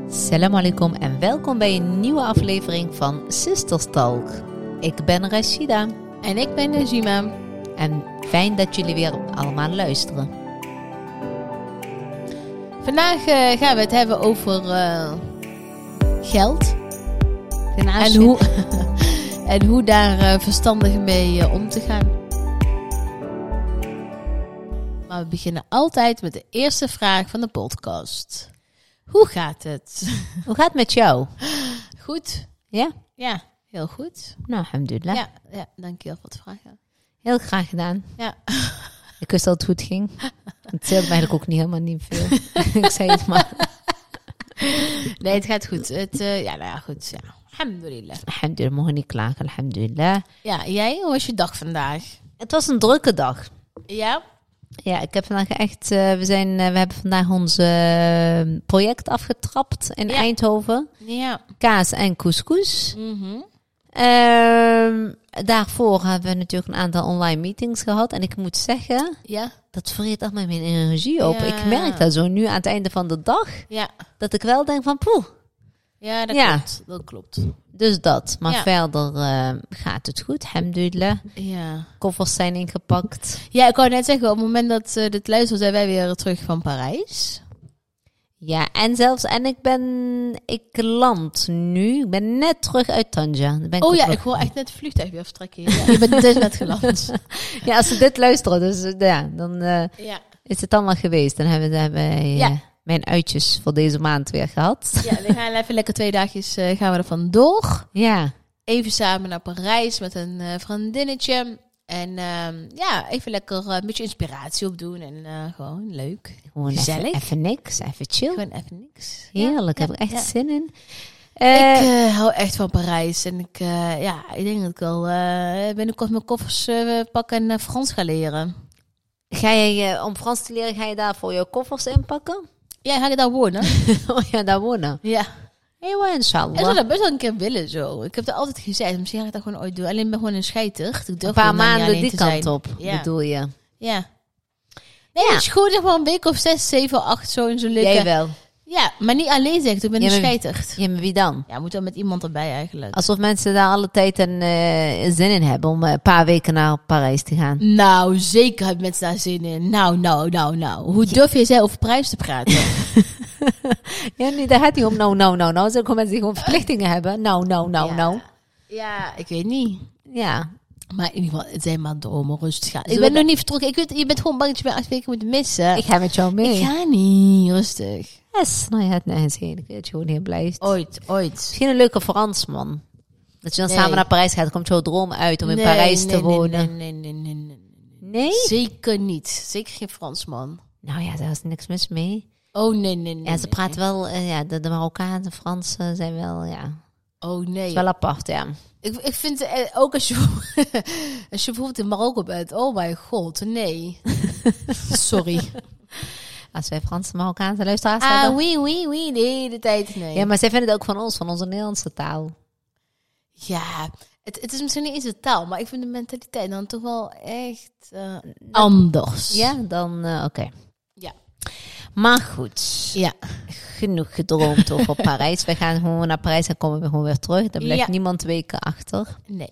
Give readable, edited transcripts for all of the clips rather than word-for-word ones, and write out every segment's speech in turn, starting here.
Assalamu alaikum en welkom bij een nieuwe aflevering van Sisters Talk. Ik ben Rashida. En ik ben Najima. En fijn dat jullie weer allemaal luisteren. Vandaag gaan we het hebben over geld. En hoe daar verstandig mee om te gaan. Maar we beginnen altijd met de eerste vraag van de podcast. Hoe gaat het? Hoe gaat het met jou? Goed. Ja? Ja, heel goed. Nou, alhamdulillah. Ja, dankjewel voor het vragen. Heel graag gedaan. Ja. Ik wist dat het goed ging. Het scheelde me eigenlijk ook niet veel. Ik zei het maar. Nee, het gaat goed. Goed. Ja. Alhamdulillah. Alhamdulillah, mogen niet klagen. Alhamdulillah. Ja, jij? Hoe was je dag vandaag? Het was een drukke dag. Ja? Ja, ik heb vandaag echt... we hebben vandaag ons project afgetrapt in Eindhoven. Ja. Kaas en couscous. Mm-hmm. Daarvoor hebben we natuurlijk een aantal online meetings gehad. En ik moet zeggen, dat vreet echt mijn energie op. Ja. Ik merk dat zo nu aan het einde van de dag. Ja. Dat ik wel denk van poeh. Ja, dat klopt. Dus dat. Maar verder gaat het goed. Alhamdulillah. Ja. Koffers zijn ingepakt. Ja, ik wou net zeggen, op het moment dat dit luistert, zijn wij weer terug van Parijs. Ja, ik land nu. Ik ben net terug uit Tanja. Ik hoor echt net het vliegtuig weer vertrekken. Ja, je bent dus net geland. Ja, als ze dit luisteren, dus dan is het allemaal geweest. Dan hebben we mijn uitjes voor deze maand weer gehad. Ja, we gaan even lekker 2 dagjes gaan we er vandoor. Ja. Even samen naar Parijs met een vriendinnetje. En even lekker een beetje inspiratie opdoen. En gewoon leuk. Gewoon gezellig. Even niks, even chill. Gewoon even niks. Heerlijk, heb ik echt zin in. Ik hou echt van Parijs. En ik denk dat ik wel binnenkort mijn koffers pakken en Frans ga leren. Om Frans te leren, ga je daarvoor je koffers inpakken? Ja, ga je daar wonen? Oh ja, daar wonen? Ja. Heel inshallah. Ik zou dat best wel een keer willen zo. Ik heb het altijd gezegd. Misschien ga ik dat gewoon ooit doen. Alleen ben gewoon een scheiter. Een paar maanden die kant op, bedoel je? Ja. Nee, het is gewoon zeg maar een week of 6, 7, 8 zo in zo'n lukken. Jij wel? Ja, maar niet alleen zegt. Ik ben een scheiter. Ja, maar wie dan? Ja, moet wel met iemand erbij eigenlijk. Alsof mensen daar alle tijd en zin in hebben om een paar weken naar Parijs te gaan. Nou, zeker hebben mensen daar zin in. Nou. Hoe durf je zij over prijs te praten? Ja, nee, daar gaat niet om nou. Zo mensen die gewoon verplichtingen hebben. Nou. Ja, ik weet niet. Ja. Maar in ieder geval, het zijn maar dromen, rustig gaan. Ik ben nog niet vertrokken. Ik weet, je bent gewoon bang dat je weer 8 weken moet missen. Ik ga met jou mee. Ik ga niet, rustig. Yes, nou je gaat nergens heen. Ik weet dat je gewoon hier blijft. Ooit. Misschien een leuke Fransman. Dat je dan samen naar Parijs gaat. Komt jouw droom uit om in Parijs te wonen. Nee? Zeker niet. Zeker geen Fransman. Nou ja, daar is niks mis mee. Oh, nee. Ja, ze praten wel, de Marokkanen, de Fransen zijn wel, Oh, nee. Het is wel apart, ja. Ik vind ook als je bijvoorbeeld in Marokko bent, oh mijn god, nee. Sorry. Als wij Franse Marokkaanse luisteraars hebben. Oui, de hele tijd, nee. Ja, maar zij vinden het ook van ons, van onze Nederlandse taal. Ja, het is misschien niet eens de taal, maar ik vind de mentaliteit dan toch wel echt anders. Ja, dan oké. Ja. Maar goed. Ja. Genoeg gedroomd over Parijs. We gaan gewoon naar Parijs en komen we gewoon weer terug. Daar blijft niemand weken achter. Nee.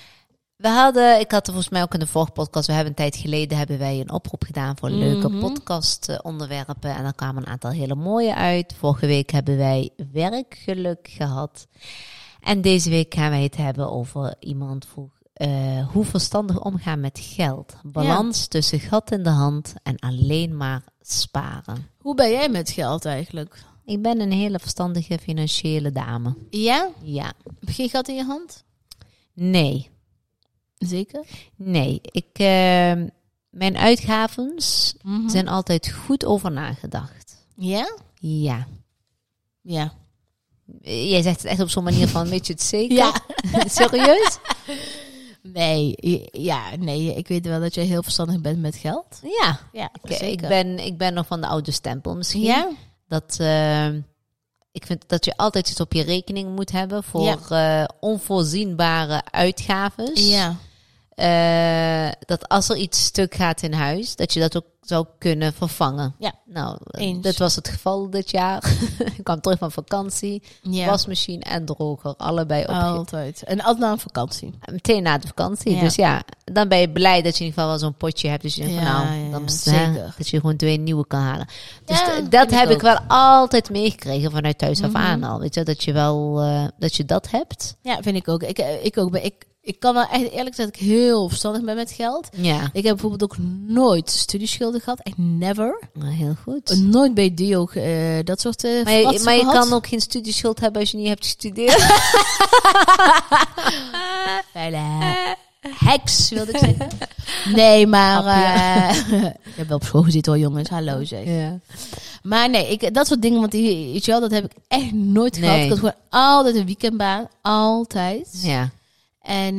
Ik had er volgens mij ook in de vorige podcast, een tijd geleden hebben wij een oproep gedaan voor leuke podcast onderwerpen. En daar kwamen een aantal hele mooie uit. Vorige week hebben wij werkgeluk gehad. En deze week gaan wij het hebben over iemand vroeg. Hoe verstandig omgaan met geld. Balans tussen gat in de hand en alleen maar sparen. Hoe ben jij met geld eigenlijk? Ik ben een hele verstandige financiële dame. Ja? Ja. Heb je geen gat in je hand? Nee. Zeker? Nee. Mijn uitgaves zijn altijd goed over nagedacht. Ja? Ja. Ja. Jij zegt het echt op zo'n manier van, weet je het zeker? Ja. Serieus? Nee, ik weet wel dat jij heel verstandig bent met geld. Ja, zeker. Ik ben nog van de oude stempel misschien. Ja? Dat ik vind dat je altijd iets op je rekening moet hebben voor onvoorzienbare uitgaves. Ja. dat als er iets stuk gaat in huis, dat je dat ook zou kunnen vervangen. Ja, nou, eens. dit was het geval dit jaar. Ik kwam terug van vakantie, wasmachine en droger, allebei op. Altijd. En altijd na een vakantie. Meteen na de vakantie. Ja. Dus ja, dan ben je blij dat je in ieder geval wel zo'n potje hebt. Dus je denkt van, dan zeker. dat je gewoon 2 nieuwe kan halen. Dus Ja, dat heb ik ook. wel altijd meegekregen vanuit thuis af aan al. Weet je, dat je wel dat je dat hebt. Ja, vind ik ook. Ik ook. Ik kan wel echt eerlijk zeggen dat ik heel verstandig ben met geld. Ja, Ik heb bijvoorbeeld ook nooit studieschulden gehad. Echt never. heel goed. Nooit bij DIO dat soort Maar je gehad. kan ook geen studieschuld hebben als je niet hebt gestudeerd. Vuile heks, wilde ik zeggen. Nee, maar ik heb wel op school gezeten hoor, jongens. Hallo zeg. Ja. Maar nee, dat soort dingen, want weet je wel, dat heb ik echt nooit gehad. Ik had gewoon altijd een weekendbaan. Altijd. Ja. En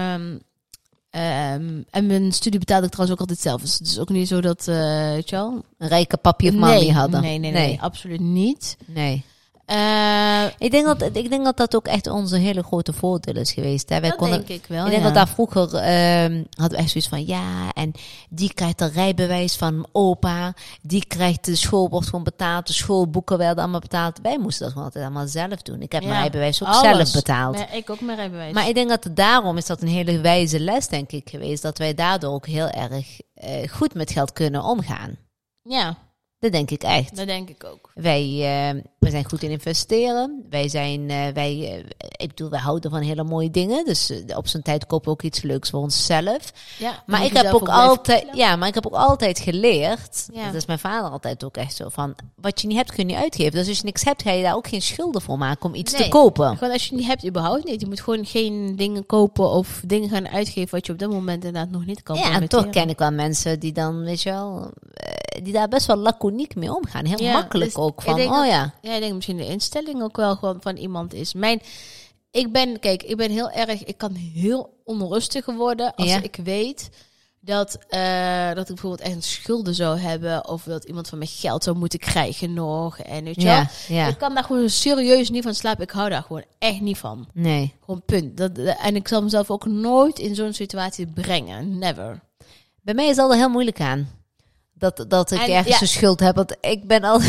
mijn studie betaalde ik trouwens ook altijd zelf. Dus het is ook niet zo dat, weet je wel... Een rijke papi of mami hadden. Nee, absoluut niet. Nee. Ik denk dat dat ook echt onze hele grote voordeel is geweest. Hè? Denk ik wel, Ik denk dat daar vroeger hadden we echt zoiets van, ja, en die krijgt een rijbewijs van opa. Die krijgt de schoolbord gewoon betaald. De schoolboeken werden allemaal betaald. Wij moesten dat gewoon altijd allemaal zelf doen. Ik heb mijn rijbewijs ook zelf betaald. Ja, ik ook mijn rijbewijs. Maar ik denk dat daarom is dat een hele wijze les, denk ik, geweest. Dat wij daardoor ook heel erg goed met geld kunnen omgaan. Ja. Dat denk ik echt. Dat denk ik ook. Wij zijn goed in investeren. Wij houden van hele mooie dingen. Dus op zijn tijd kopen we ook iets leuks voor onszelf. Ja, maar ik heb ook altijd geleerd. Ja. Dat is mijn vader altijd ook echt zo van. Wat je niet hebt, kun je niet uitgeven. Dus als je niks hebt, ga je daar ook geen schulden voor maken om iets te kopen. Gewoon als je het niet hebt, überhaupt niet. Je moet gewoon geen dingen kopen of dingen gaan uitgeven wat je op dat moment inderdaad nog niet kan. Ja, en toch ken ik wel mensen die dan, weet je wel, die daar best wel laconiek mee omgaan. Heel makkelijk dus ook van, ik denk misschien de instelling ook wel gewoon van iemand is. Ik ben heel erg, ik kan heel onrustig worden als ik weet dat ik bijvoorbeeld echt schulden zou hebben of dat iemand van mij geld zou moeten krijgen nog. En weet je wel, ik kan daar gewoon serieus niet van slapen. Ik hou daar gewoon echt niet van. Nee. Gewoon punt. En ik zal mezelf ook nooit in zo'n situatie brengen. Never. Bij mij is het altijd heel moeilijk aan. Dat ik ergens een schuld heb. Want ik ben al...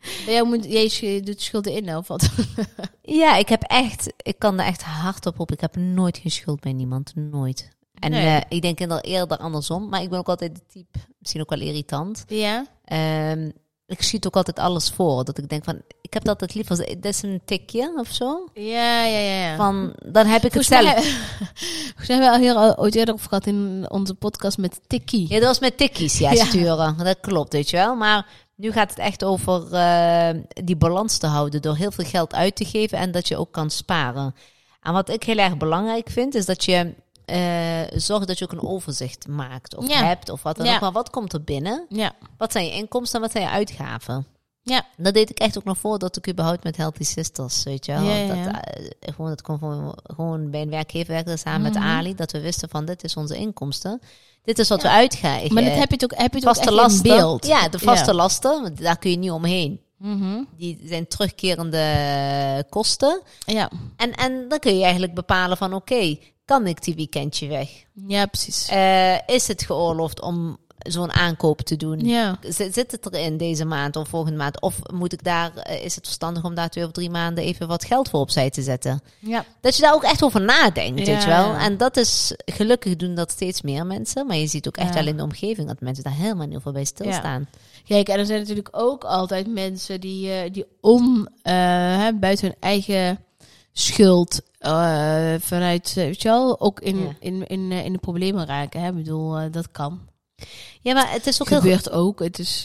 Jij doet schulden in, of wat? Ja, ik kan er echt hard op. Ik heb nooit geen schuld bij niemand. Nooit. En ik denk eerder andersom. Maar ik ben ook altijd de type, misschien ook wel irritant. Ja. Ik schiet ook altijd alles voor. Dat ik denk van, ik heb dat altijd lief. Dit is een tikje of zo. Ja. Van, dan heb ik het zelf. We hebben al hier ooit eerder over gehad in onze podcast met tikkie. Ja, dat was met tikkies, sturen. Dat klopt, weet je wel. Maar nu gaat het echt over die balans te houden. Door heel veel geld uit te geven en dat je ook kan sparen. En wat ik heel erg belangrijk vind, is dat je zorg dat je ook een overzicht maakt of hebt of wat dan ook. Maar wat komt er binnen? Ja. Wat zijn je inkomsten en wat zijn je uitgaven? Ja. Dat deed ik echt ook nog voordat ik überhaupt met Healthy Sisters, weet je wel. Dat gewoon bij een werkgever werkte samen met Ali, dat we wisten van dit is onze inkomsten. Dit is wat we uitgeven. Maar dat heb je het ook vaste echt lasten, in beeld. Ja, de vaste lasten, want daar kun je niet omheen. Mm-hmm. Die zijn terugkerende kosten. Ja. En dan kun je eigenlijk bepalen van oké, kan ik die weekendje weg? Ja, precies. Is het geoorloofd om zo'n aankoop te doen? Ja. Zit het erin deze maand of volgende maand? Of moet ik is het verstandig om daar 2 of 3 maanden even wat geld voor opzij te zetten? Ja. Dat je daar ook echt over nadenkt, weet je wel. Ja. En dat is, gelukkig doen dat steeds meer mensen. Maar je ziet ook echt wel in de omgeving dat mensen daar helemaal niet over bij stilstaan. Ja. Kijk, en er zijn natuurlijk ook altijd mensen die buiten hun eigen schuld vanuit, weet je wel, ook in de problemen raken. Hè? Ik bedoel, dat kan. Ja, maar het is ook gebeurt ook. Het is,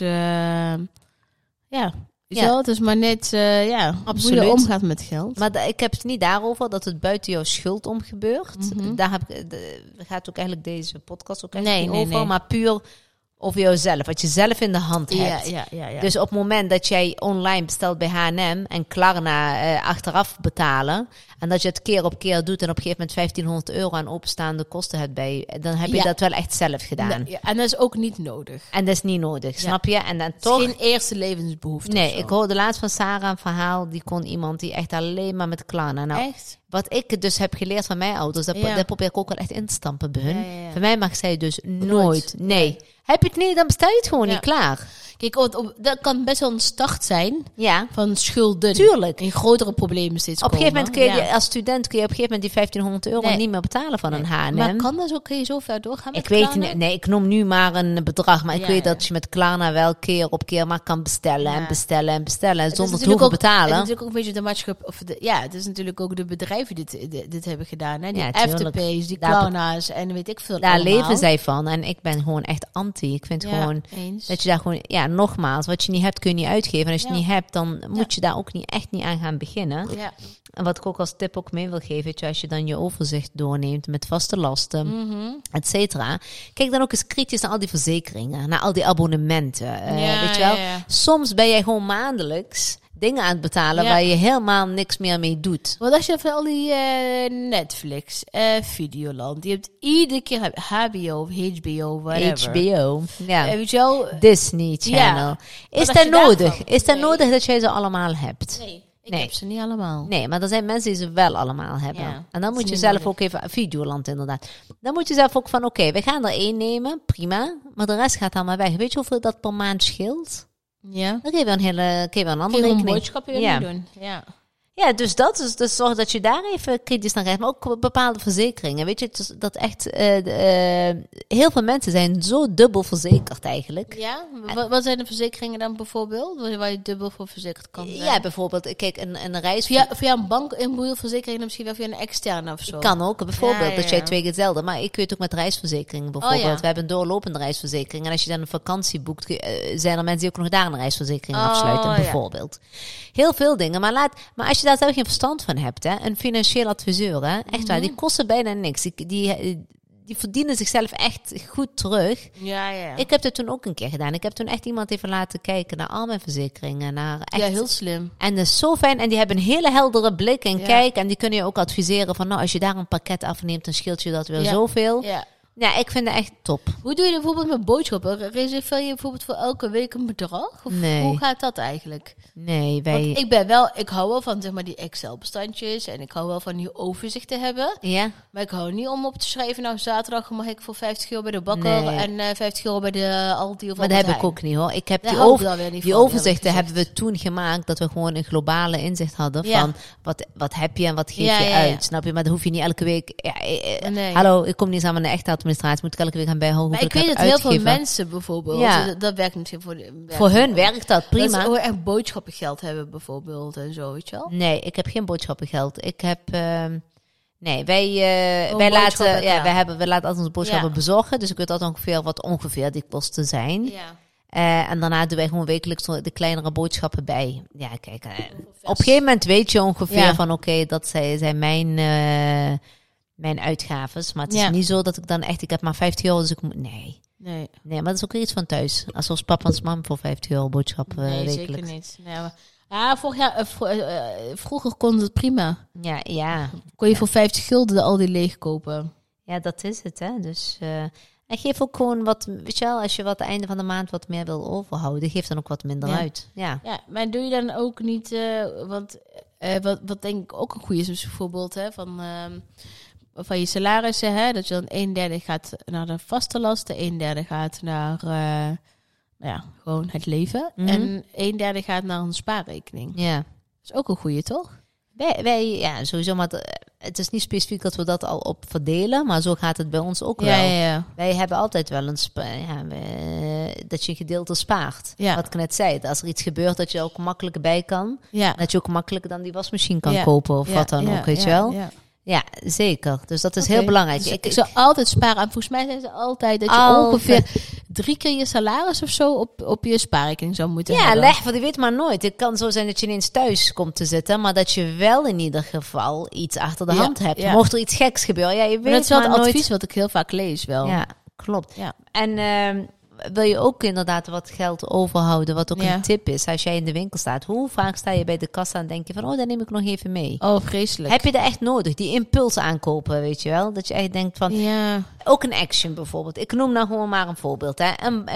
het is maar net, hoe je omgaat met geld. Maar ik heb het niet daarover dat het buiten jouw schuld om gebeurt. Mm-hmm. Daar gaat ook eigenlijk deze podcast ook echt niet over. Nee. Maar puur over jouzelf. Wat je zelf in de hand hebt. Ja. Dus op het moment dat jij online bestelt bij H&M en Klarna achteraf betalen. En dat je het keer op keer doet en op een gegeven moment €1500 aan openstaande kosten hebt dan heb je dat wel echt zelf gedaan. Ja, en dat is ook niet nodig. En dat is niet nodig, snap je? En dan het toch... is geen eerste levensbehoefte. Nee, ik hoorde laatst van Sarah een verhaal. Die kon iemand die echt alleen maar met Klarna. Nou, echt? Wat ik dus heb geleerd van mijn ouders, dat probeer ik ook wel echt in te stampen bij hun. Ja. Voor mij mag zij dus nooit. Nee. Heb je het niet, dan bestel je het gewoon niet klaar. Kijk, dat kan best wel een start zijn van schulden. Tuurlijk. In grotere problemen steeds op een gegeven moment kun je als student op een gegeven moment die €1500 niet meer betalen van een H&M. Maar kan dat zo? Kun je zo ver doorgaan met Ik weet niet. Nee, ik noem nu maar een bedrag. Maar ik weet dat je met Klarna wel keer op keer maar kan bestellen en bestellen en bestellen. En zonder te hoeven betalen. Het is natuurlijk ook een beetje de maatschappij. Het is natuurlijk ook de bedrijven die dit hebben gedaan. Hè? Die Afterpays, die Klarna's en weet ik veel. Daar leven zij van. En ik ben gewoon echt anti. Ik vind gewoon dat je daar gewoon... Ja, nogmaals, wat je niet hebt kun je niet uitgeven. En als je het niet hebt, dan moet je daar ook echt niet aan gaan beginnen. Ja. En wat ik ook als tip ook mee wil geven, weet je, als je dan je overzicht doorneemt met vaste lasten, et cetera. Kijk dan ook eens kritisch naar al die verzekeringen, naar al die abonnementen. Weet je wel? Ja. Soms ben jij gewoon maandelijks dingen aan het betalen waar je helemaal niks meer mee doet. Wat als je van al die Netflix, Videoland, die hebt iedere keer HBO of HBO, whatever. HBO, ja. Weet je wel? Disney Channel. Is dat nodig? Is dat nodig dat jij ze allemaal hebt? Nee. Ik heb ze niet allemaal. Nee, maar er zijn mensen die ze wel allemaal hebben. Ja, en dan moet je zelf ook even... Videoland inderdaad. Dan moet je zelf ook van... Oké, we gaan er 1 nemen. Prima. Maar de rest gaat allemaal weg. Weet je hoeveel dat per maand scheelt? Ja. Dan geef je een andere rekening. Een boodschap weer doen. Ja. Ja, dus dat. Dus zorg dat je daar even kritisch naar kijkt. Maar ook bepaalde verzekeringen. Weet je, dat echt... heel veel mensen zijn zo dubbel verzekerd eigenlijk. Ja? Wat zijn de verzekeringen dan bijvoorbeeld? Waar je dubbel voor verzekerd kan zijn? Ja, bijvoorbeeld, kijk, een reis... Via een bank, een boelverzekering, misschien wel via een externe of zo. Kan ook, bijvoorbeeld, dat jij 2 keer hetzelfde. Maar ik weet ook met reisverzekeringen bijvoorbeeld. We hebben een doorlopende reisverzekering. En als je dan een vakantie boekt, zijn er mensen die ook nog daar een reisverzekering afsluiten, bijvoorbeeld. Heel veel dingen. Maar als je daar zelf geen verstand van hebt, hè, een financieel adviseur, hè, echt waar, die kosten bijna niks. Die verdienen zichzelf echt goed terug. Ja. Ik heb dat toen ook een keer gedaan. Ik heb toen echt iemand even laten kijken naar al mijn verzekeringen. Ja, heel slim. En dat is zo fijn. En die hebben een hele heldere blik en kijk. En die kunnen je ook adviseren van, nou, als je daar een pakket afneemt, dan scheelt je dat weer zoveel. Ja. Ja, ik vind het echt top. Hoe doe je dat bijvoorbeeld met boodschappen? Reserveer je bijvoorbeeld voor elke week een bedrag? Of hoe gaat dat eigenlijk? Nee, Want ik hou wel van, zeg maar, die Excel-bestandjes. En ik hou wel van die overzicht te hebben. Ja. Maar ik hou niet om op te schrijven, nou, zaterdag mag ik voor €50 bij de bakker en €50 bij de Aldi of maar dat heb ik ook niet, hoor. Ik heb die overzichten hebben we toen gemaakt, dat we gewoon een globale inzicht hadden van wat heb je en wat geef je uit. Snap je? Maar dan hoef je niet elke week... Hallo, ik kom niet samen naar de echte administratie, moet ik elke week gaan bijhouden. Maar ik weet dat heel veel mensen bijvoorbeeld, dat werkt natuurlijk voor hun werkt dat prima. Dat ze echt boodschappengeld hebben bijvoorbeeld en zo, weet je wel? Nee, ik heb geen boodschappengeld. Ik heb... wij laten altijd onze boodschappen bezorgen. Dus ik weet altijd ongeveer wat ongeveer die kosten zijn. Ja. En daarna doen wij gewoon wekelijks de kleinere boodschappen bij. Ja, kijk. Op een gegeven moment weet je ongeveer van oké, dat zijn mijn uitgaves. Maar het is niet zo dat ik dan echt... Ik heb maar €50, dus ik moet... Nee, maar dat is ook weer iets van thuis. Alsof papa en mam voor €50 boodschappen wekelijks. Nee, zeker niet. Nee, maar, vroeger kon het prima. Ja. Kon je voor €50 al die leeg kopen. Ja, dat is het, hè. Dus... En geef ook gewoon wat, weet je wel, als je wat einde van de maand wat meer wil overhouden, geef dan ook wat minder uit. Ja, maar doe je dan ook niet, want wat denk ik ook een goede is, dus bijvoorbeeld van je salarissen, hè, dat je dan 1/3 gaat naar de vaste lasten, 1/3 gaat naar gewoon het leven en 1/3 gaat naar een spaarrekening. Ja. Dat is ook een goede, toch? Wij sowieso, maar het is niet specifiek dat we dat al op verdelen, maar zo gaat het bij ons ook wel. Ja. Wij hebben altijd wel dat je een gedeelte spaart. Ja. Wat ik net zei, als er iets gebeurt dat je ook makkelijk bij kan, dat je ook makkelijk dan die wasmachine kan kopen of wat dan ook, weet je wel. Ja, zeker. Dus dat is heel belangrijk. Dus ik zou altijd sparen. En volgens mij zijn ze altijd dat je ongeveer 3 keer je salaris of zo op je spaarrekening zou moeten hebben. Ja, want je weet maar nooit. Het kan zo zijn dat je ineens thuis komt te zitten, maar dat je wel in ieder geval iets achter de hand hebt. Ja. Mocht er iets geks gebeuren, je weet maar dat is wel het advies wat ik heel vaak lees wel. Ja, klopt. Ja. En wil je ook inderdaad wat geld overhouden, wat ook een tip is. Als jij in de winkel staat, hoe vaak sta je bij de kassa en denk je van, dan neem ik nog even mee. Oh, vreselijk. Heb je dat echt nodig? Die impuls aankopen, weet je wel? Dat je echt denkt van, ook een Action bijvoorbeeld. Ik noem nou gewoon maar een voorbeeld. Hè.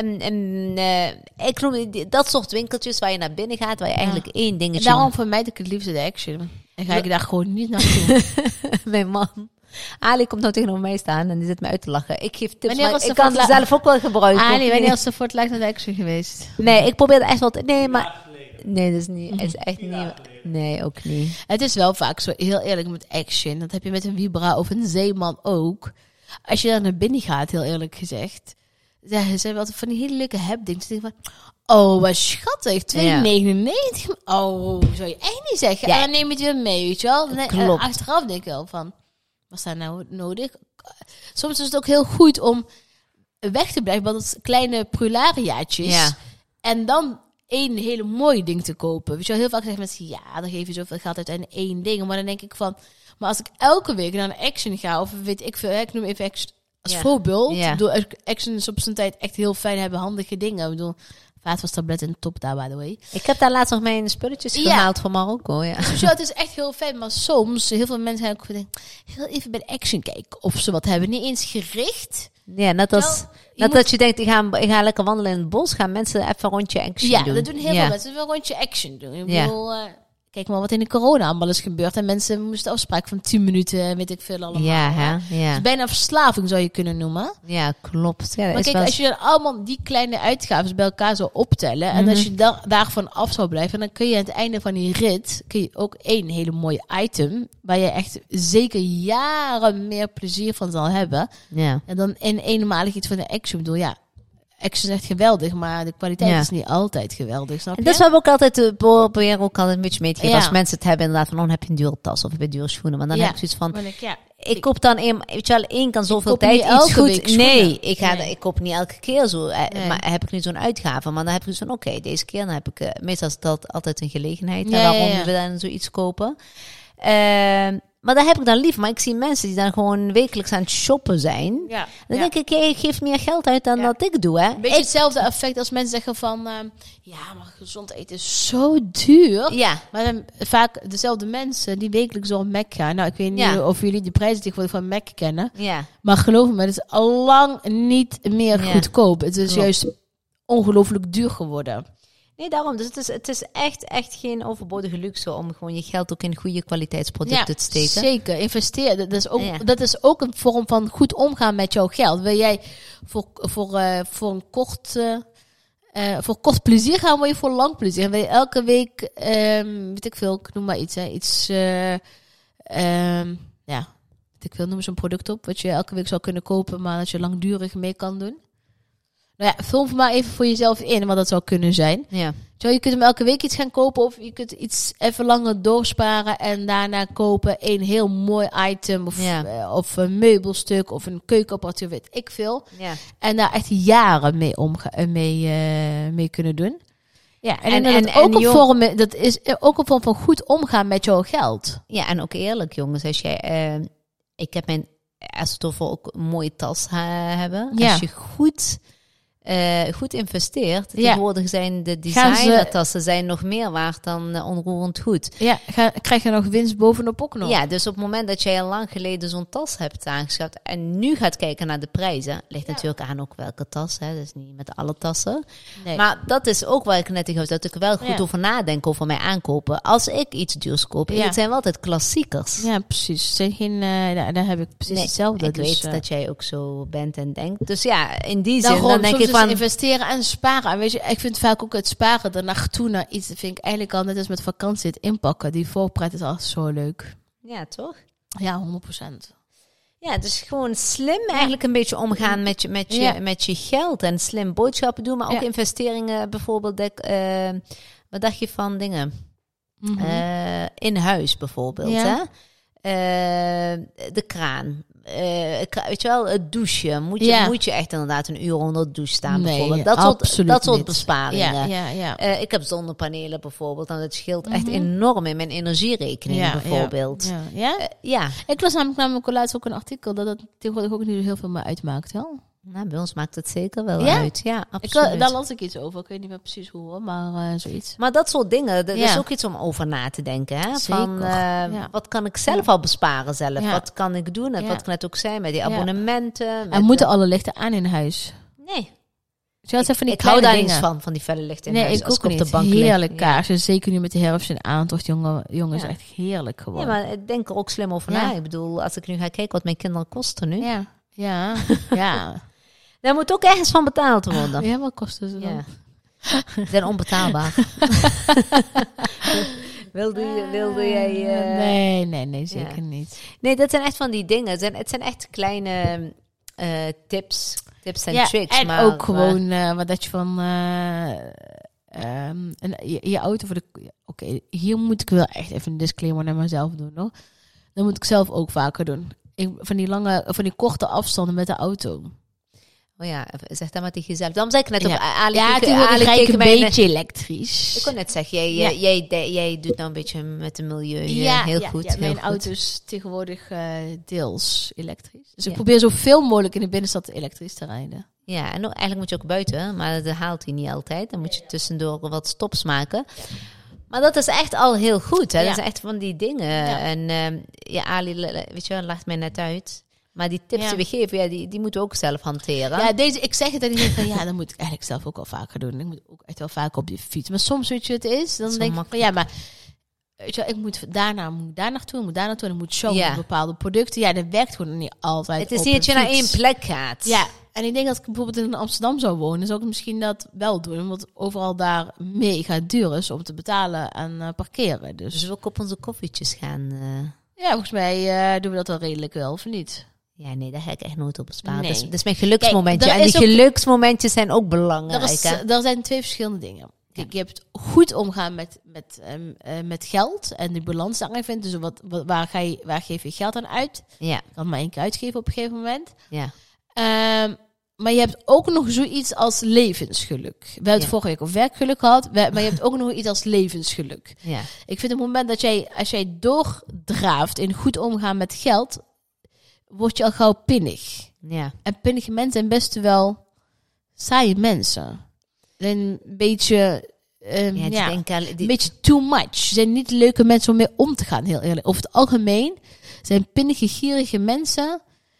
Ik noem dat soort winkeltjes waar je naar binnen gaat, waar je eigenlijk één dingetje... En daarom vermijd ik het liefst de Action. En ga ik daar gewoon niet naartoe. Mijn man. Ali komt nou tegenover mij staan en die zit me uit te lachen. Ik geef tips, maar ik kan ze zelf ook wel gebruiken. Ali, wanneer is ze voor het laatst naar de Action geweest? Nee, ik probeer echt wel nee, dat is niet. Het is echt niet. Nee, ook niet. Het is wel vaak zo, heel eerlijk, met Action. Dat heb je met een Vibra of een Zeeman ook. Als je daar naar binnen gaat, heel eerlijk gezegd. Ze hebben altijd van die hele leuke hebdingen. Ze denken van, oh, wat schattig. 2,99. Oh, zou je echt niet zeggen. En dan neem je het weer mee, weet je wel. Klopt. Achteraf denk ik wel van, was dat nou nodig? Soms is het ook heel goed om weg te blijven bij dat kleine prulariaatjes. Ja. En dan één hele mooie ding te kopen. Weet je wel, heel vaak zeggen mensen, dan geef je zoveel geld uit aan één ding. Maar dan denk ik van, maar als ik elke week naar een Action ga, of weet ik veel, ik noem even Action als voorbeeld. Ja. Door Action is op zijn tijd echt heel fijn, hebben handige dingen. Ik bedoel, vaatwastabletten en top daar, by the way. Ik heb daar laatst nog mijn spulletjes gehaald van Marokko. Ja. Dus het is echt heel fijn, maar soms, heel veel mensen hebben ook denken, heel even bij de Action kijken of ze wat hebben. Niet eens gericht. Ja, net dat je denkt, ik ga lekker wandelen in het bos, gaan mensen even een rondje Action doen. Ja, dat doen heel veel mensen. Een rondje Action doen. Ik bedoel, kijk maar wat in de corona allemaal is gebeurd. En mensen moesten afspraken van 10 minuten, weet ik veel allemaal. Ja. Dus bijna een verslaving zou je kunnen noemen. Ja, klopt. Ja, maar kijk, als je dan allemaal die kleine uitgaven bij elkaar zou optellen. En als je daarvan af zou blijven, dan kun je aan het einde van die rit ook één hele mooie item, waar je echt zeker jaren meer plezier van zal hebben. Ja. En dan in eenmalig iets van de Action. Ik bedoel, Action is echt geweldig, maar de kwaliteit is niet altijd geweldig, snap je? Dat is wat we ook altijd proberen ook altijd een beetje mee te geven. Als mensen het hebben inderdaad van, dan heb je een dure tas of heb je dure schoenen. Maar dan heb ik zoiets van, ik koop dan één kan zoveel tijd iets goed. Nee, ik koop niet elke keer zo. Maar heb ik nu zo'n uitgave. Maar dan heb ik dus van, oké, deze keer dan heb ik, meestal is dat altijd een gelegenheid. Waarom we dan zoiets kopen. Maar dat heb ik dan lief. Maar ik zie mensen die dan gewoon wekelijks aan het shoppen zijn. Ja. Dan denk ik, ik geef meer geld uit dan dat ik doe. Hè. Een beetje hetzelfde effect als mensen zeggen van, maar gezond eten is zo duur. Ja. Maar dan vaak dezelfde mensen die wekelijks door een Mac gaan. Nou, ik weet niet of jullie de prijzen tegenwoordig van Mac kennen. Ja. Maar geloof me, het is al lang niet meer goedkoop. Het is juist ongelooflijk duur geworden. Nee, daarom. Dus het is echt geen overbodige luxe om gewoon je geld ook in goede kwaliteitsproducten te steken. Zeker. Investeren. Dat is ook een vorm van goed omgaan met jouw geld. Wil jij voor een kort plezier gaan, wil je voor lang plezier. En wil je elke week, weet ik veel, ik noem maar iets, noem eens een product op, wat je elke week zou kunnen kopen, maar dat je langdurig mee kan doen. Nou ja, vul maar even voor jezelf in wat dat zou kunnen zijn. Ja. Zo, je kunt hem elke week iets gaan kopen of je kunt iets even langer doorsparen en daarna kopen een heel mooi item of een meubelstuk of een keukenapparatuur, weet ik veel. Ja. En daar echt jaren mee kunnen doen. Ja, dat is ook een vorm van goed omgaan met jouw geld. Ja, en ook eerlijk jongens, als jij, ik heb als we het ook een mooie tas hebben, als je goed investeert. Tegenwoordig zijn de designertassen zijn nog meer waard dan onroerend goed. Ja, krijg je nog winst bovenop ook nog. Ja, dus op het moment dat jij al lang geleden zo'n tas hebt aangeschaft en nu gaat kijken naar de prijzen, ligt natuurlijk aan ook welke tas. Hè, dus niet met alle tassen. Nee. Maar dat is ook waar ik net tegen dat ik wel goed over nadenk over mijn aankopen. Als ik iets duurs koop, het zijn wel altijd klassiekers. Ja, precies. Het zijn geen, daar heb ik precies hetzelfde. Ik weet dat jij ook zo bent en denkt. Dus ja, in die zin dan denk ik van investeren en sparen. En weet je, ik vind vaak ook het sparen de nacht toe naar iets. Dat vind ik eigenlijk al net als met vakantie het inpakken. Die voorpret is altijd zo leuk. Ja, toch? Ja, 100%. Ja, dus gewoon slim eigenlijk een beetje omgaan met je geld. En slim boodschappen doen, maar ook investeringen bijvoorbeeld. Wat dacht je van dingen? In huis bijvoorbeeld, hè? De kraan. Weet je wel, het douchen. Moet je echt inderdaad een uur onder de douche staan bijvoorbeeld. Dat soort besparingen. Ik heb zonnepanelen bijvoorbeeld. En dat scheelt echt enorm in mijn energierekening bijvoorbeeld. Ja? Ik las namelijk laatst ook een artikel dat het tegenwoordig ook niet heel veel meer uitmaakt. Hè? Nou, bij ons maakt het zeker wel uit. Ja, absoluut. Daar las ik iets over. Ik weet niet meer precies hoe, maar zoiets. Maar dat soort dingen, dat is ook iets om over na te denken. Hè? Van, wat kan ik zelf al besparen zelf? Ja. Wat kan ik doen? En wat kan het ook zijn met die abonnementen? En moeten alle lichten aan in huis? Nee. Ik hou daar niets van die felle lichten in huis. Als ik op de bank heerlijk kaarsen. Zeker nu met de herfst en aantocht, jongen, is echt heerlijk geworden. Ja, maar ik denk er ook slim over na. Ik bedoel, als ik nu ga kijken wat mijn kinderen kosten nu. Ja. Daar moet ook ergens van betaald worden. Ja, wat kosten ze dan? Ja. Ze zijn onbetaalbaar. Wilde jij... Nee, zeker niet. Nee, dat zijn echt van die dingen. Het zijn echt kleine tips en tricks. En ook gewoon wat dat je van... je auto voor de... Oké, hier moet ik wel echt even een disclaimer naar mezelf doen, hoor. Dat moet ik zelf ook vaker doen. Van die korte afstanden met de auto. Oh ja, zeg dat maar tegen jezelf. Daarom zei ik net ook... Ali keek een beetje elektrisch. Ik kon net zeggen, jij doet nou een beetje met het milieu heel goed. Ja, mijn auto is tegenwoordig deels elektrisch. Dus ik probeer zoveel mogelijk in de binnenstad elektrisch te rijden. Ja, en eigenlijk moet je ook buiten, maar dat haalt hij niet altijd. Dan moet je tussendoor wat stops maken. Ja. Maar dat is echt al heel goed. Hè? Dat is echt van die dingen. Ja. En Ali, weet je, lacht mij net uit. Maar die tips die we geven, die moeten we ook zelf hanteren. Ja, ik zeg het en ik denk van, dat moet ik eigenlijk zelf ook wel vaker doen. Ik moet ook echt wel vaker op die fiets. Maar soms, weet je wat het is, dan denk ik van, maar weet je, ik moet daar naartoe, en ik moet showen bepaalde producten. Ja, dat werkt gewoon niet altijd. Het is niet dat je naar één plek gaat. Ja, en ik denk dat ik bijvoorbeeld in Amsterdam zou wonen, zou ik misschien dat wel doen. Want overal daar mega duur is om te betalen en parkeren. Dus we ook op onze koffietjes gaan. Ja, volgens mij doen we dat wel redelijk wel, of niet? Ja, nee, daar ga ik echt nooit op besparen. Nee. Dat is mijn geluksmomentje. Kijk, en die geluksmomentjes zijn ook belangrijk. Er zijn twee verschillende dingen. Kijk, je hebt goed omgaan met geld en de balans daarin vindt. Dus waar geef je geld aan uit? Ja. Je kan maar één keer uitgeven op een gegeven moment. Ja. Maar je hebt ook nog zoiets als levensgeluk. We hebben het vorige week over werkgeluk gehad, maar je hebt ook nog iets als levensgeluk. Ja. Ik vind het moment dat als jij doordraaft in goed omgaan met geld, word je al gauw pinnig. Ja. En pinnige mensen zijn best wel saaie mensen. Een beetje... een beetje too much. Ze zijn niet leuke mensen om mee om te gaan, heel eerlijk. Over het algemeen zijn pinnige, gierige mensen...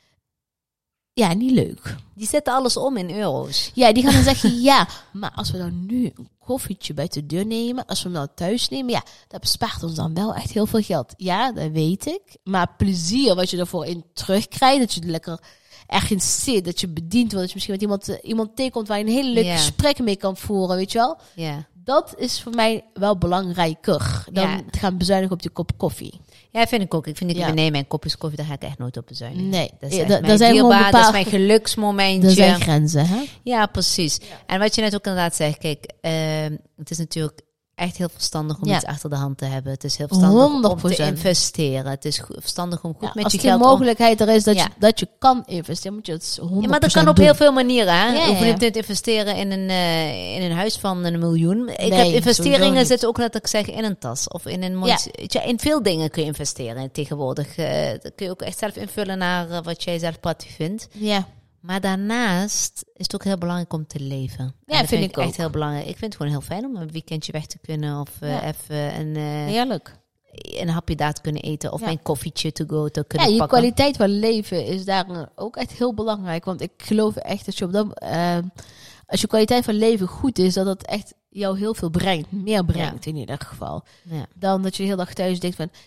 Ja, niet leuk. Die zetten alles om in euro's. Ja, die gaan dan zeggen, maar als we dan nu een koffietje bij de deur nemen, als we hem nou thuis nemen, dat bespaart ons dan wel echt heel veel geld. Ja, dat weet ik. Maar plezier wat je ervoor in terugkrijgt, dat je lekker ergens zit, dat je bediend wordt, dat je misschien met iemand tegenkomt waar je een hele leuke gesprek mee kan voeren, weet je wel. Ja. Dat is voor mij wel belangrijker dan te gaan bezuinigen op die kop koffie. Ja, vind ik ook. Ik vind ik beneden mijn kopjes koffie, daar ga ik echt nooit op bezuinigen. Nee, dat is dat zijn dierbaar, dat is mijn geluksmomentje. Er zijn grenzen, hè? Ja, precies. Ja. En wat je net ook inderdaad zegt, kijk, het is natuurlijk echt heel verstandig om iets achter de hand te hebben. Het is heel verstandig 100%. Om te investeren. Het is verstandig om goed met je geld... Als de mogelijkheid er is dat je kan investeren, moet je het 100% doen. Maar dat kan op heel veel manieren. Hè? Je hoeft niet te investeren in een huis van $1 miljoen. Ik heb investeringen zitten ook, laat ik zeggen, in een tas. Of in een in veel dingen kun je investeren tegenwoordig. Dat kun je ook echt zelf invullen naar wat jij zelf prettig vindt. Ja. Maar daarnaast is het ook heel belangrijk om te leven. Ja, dat vind ik ook. Echt heel belangrijk. Ik vind het gewoon heel fijn om een weekendje weg te kunnen. Of even heerlijk. Een hapje daar te kunnen eten. Of mijn koffietje to go te kunnen pakken. Je kwaliteit van leven is daar ook echt heel belangrijk. Want ik geloof echt dat je als je kwaliteit van leven goed is, dat het echt jou heel veel brengt. Meer brengt in ieder geval. Ja. Dan dat je de hele dag thuis denkt van...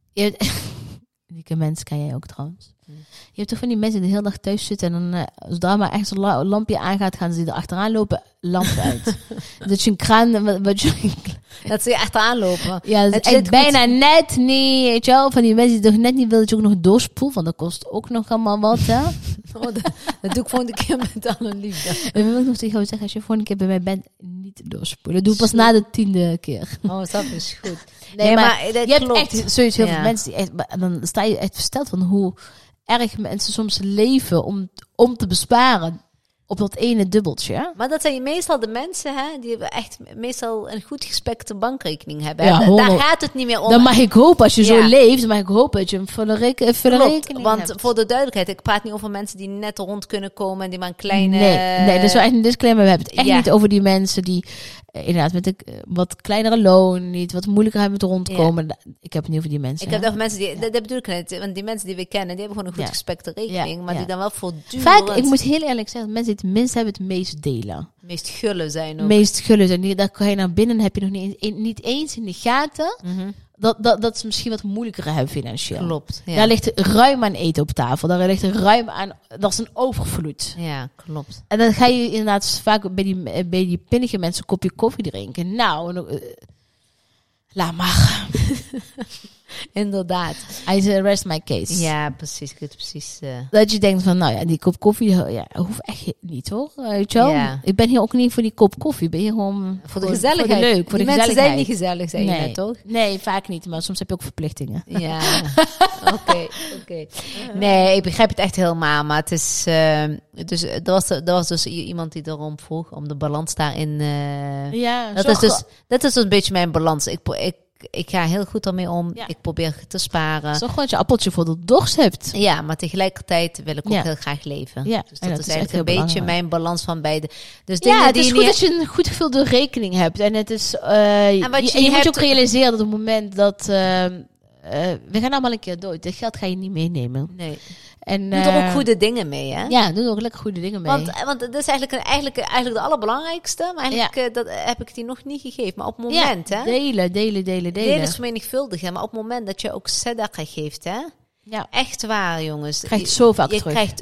Die mensen ken jij ook trouwens. Je hebt toch van die mensen die de hele dag thuis zitten en dan zodra maar echt zo'n lampje aangaat, gaan ze er achteraan lopen, lamp uit. Dat je een kraan... Dat ze achteraan lopen. Ja, dat is echt bijna net niet, weet je wel. Van die mensen die toch net niet willen dat je ook nog doorspoelt, want dat kost ook nog allemaal wat, hè. Dat doe ik volgende keer met alle liefde. En wil ik nog tegen jou zeggen, als je volgende keer bij mij bent, niet doorspoelen. Dat doe ik pas na de 10e keer. Oh, dat is goed. Nee, maar je hebt echt sowieso heel veel mensen die echt... Dan sta je echt versteld van hoe erg mensen soms leven om te besparen. op dat ene dubbeltje. Maar dat zijn meestal de mensen, hè, die echt meestal een goed gespekte bankrekening hebben. Ja, daar gaat het niet meer om. Dan mag ik hopen, als je zo leeft, dan mag ik hopen dat je een volle rekening want hebt. voor de duidelijkheid, ik praat niet over mensen die net rond kunnen komen en die maar een kleine... Nee, dat is wel echt een disclaimer. We hebben het echt niet over die mensen die inderdaad met een wat kleinere loon, niet wat moeilijker hebben met rondkomen. Ja. Ik heb het niet over die mensen. Ik heb het over mensen die, dat bedoel ik net, want die mensen die we kennen, die hebben gewoon een goed gespekte rekening, maar die dan wel voortdurend... Vaak, ik moet heel eerlijk zeggen, mensen die het minst hebben, het meest delen. Meest gullen zijn ook. Meest gullen zijn. Daar kan je naar binnen, heb je nog niet eens in de gaten... Dat ze misschien wat moeilijker hebben financieel. Klopt. Ja. Daar ligt ruim aan eten op tafel. Daar ligt ruim aan... Dat is een overvloed. Ja, klopt. En dan ga je inderdaad vaak bij die pinnige mensen een kopje koffie drinken. Nou, laat maar. Inderdaad. I rest my case. Ja, precies. Ik weet precies. Dat je denkt van, nou ja, die kop koffie, hoeft echt niet hoor. Weet je wel? Ja. Ik ben hier ook niet voor die kop koffie. Ik ben hier gewoon voor de gezelligheid. Voor de leuk, voor die de mensen zijn niet gezellig, zei je net, toch? Nee, vaak niet. Maar soms heb je ook verplichtingen. Ja, oké. Nee, ik begrijp het echt helemaal. Maar het is... dus er was dus iemand die erom vroeg, om de balans daarin... Dat is dus een beetje mijn balans. Ik ga heel goed ermee om. Ja. Ik probeer te sparen. Zorg dat je appeltje voor de dorst hebt. Ja, maar tegelijkertijd wil ik ook heel graag leven. Ja. Dus dat is eigenlijk een beetje mijn balans van beide. Dus het is goed dat je een goed gevulde rekening hebt. En het is... je moet ook realiseren dat op het moment dat... we gaan allemaal een keer dood. Dat geld ga je niet meenemen. Nee. En, doe er ook goede dingen mee, hè? Ja, doe er ook lekker goede dingen mee. Want dat is eigenlijk de allerbelangrijkste. Maar eigenlijk dat heb ik die nog niet gegeven. Maar op het moment, hè? Delen. Delen is vermenigvuldigen. Maar op het moment dat je ook sadaqa geeft, hè? Ja. Echt waar, jongens. Je krijgt zo vaak terug. Krijgt,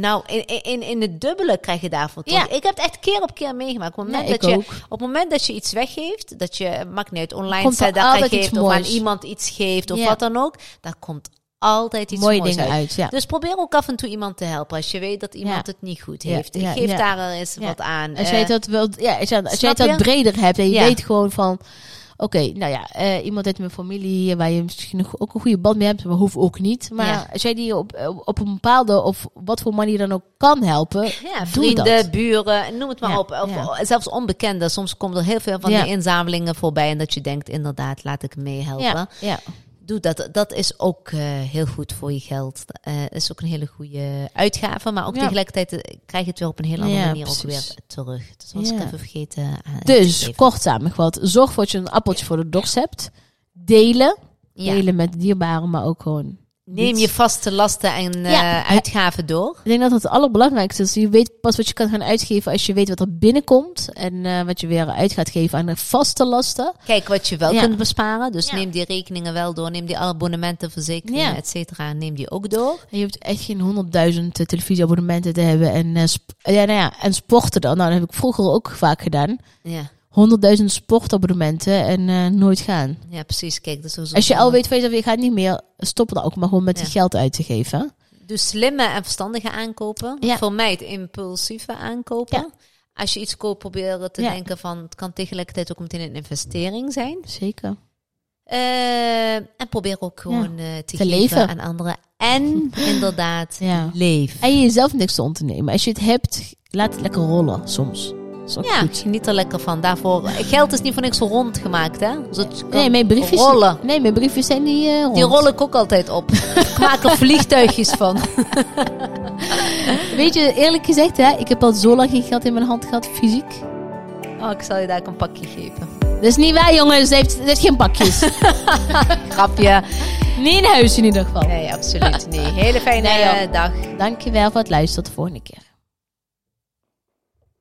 in het dubbele krijg je daarvoor terug. Ja. Ik heb het echt keer op keer meegemaakt. Op het moment dat je iets weggeeft, dat je, maakt niet uit, online sadaqa geeft of aan iemand iets geeft of wat dan ook, daar komt altijd iets moois dingen uit. Ja. Dus probeer ook af en toe iemand te helpen als je weet dat iemand het niet goed heeft. Geef daar eens wat aan. Als jij dat wilt, als jij het wat breder hebt en je weet gewoon van, oké, iemand uit mijn familie waar je misschien nog ook een goede band mee hebt, maar hoeft ook niet. Maar als jij die op een bepaalde of wat voor manier dan ook kan helpen, vrienden, buren, noem het maar op. Of zelfs onbekenden. Soms komt er heel veel van die inzamelingen voorbij en dat je denkt, inderdaad, laat ik meehelpen. Ja. Doe dat. Dat is ook heel goed voor je geld. Is ook een hele goede uitgave. Maar ook tegelijkertijd krijg je het weer op een hele andere manier ook weer terug. Dat was ik even vergeten. Dus, kort samengevat. Zorg voor dat je een appeltje voor de dorst hebt. Delen. Delen met dierbaren, maar ook gewoon... Neem je vaste lasten en uitgaven door. Ik denk dat het allerbelangrijkste is. Je weet pas wat je kan gaan uitgeven als je weet wat er binnenkomt. En wat je weer uit gaat geven aan de vaste lasten. Kijk wat je wel kunt besparen. Dus neem die rekeningen wel door. Neem die abonnementen, verzekeringen, et cetera. Neem die ook door. En je hoeft echt geen 100.000 televisieabonnementen te hebben. En sporten dan. Nou, dat heb ik vroeger ook vaak gedaan. Ja. 100.000 sportabonnementen en nooit gaan. Ja, precies. Kijk, dat is als je al weet van jezelf, je gaat niet meer stoppen dan ook, maar gewoon met je geld uit te geven. Dus slimme en verstandige aankopen. Ja. Vermijd impulsieve aankopen. Ja. Als je iets koopt, proberen te denken van, het kan tegelijkertijd ook meteen een investering zijn. Zeker. En probeer ook gewoon te geven leven aan anderen. En inderdaad, leven. En jezelf niks te ondernemen. Als je het hebt, laat het lekker rollen soms. Geniet er lekker van. Daarvoor, geld is niet voor niks rond gemaakt, hè? Mijn briefjes rollen. Nee, mijn briefjes zijn niet rond. Die rol ik ook altijd op. Ik maak er vliegtuigjes van. Weet je, eerlijk gezegd, hè, ik heb al zo lang geen geld in mijn hand gehad, fysiek. Oh, ik zal je daar ook een pakje geven. Dat is niet waar, jongens. Het heeft geen pakjes. Grapje. Niet in huis in ieder geval. Nee, absoluut niet. Hele fijne dag. Dankjewel voor het luisteren. Tot de volgende keer.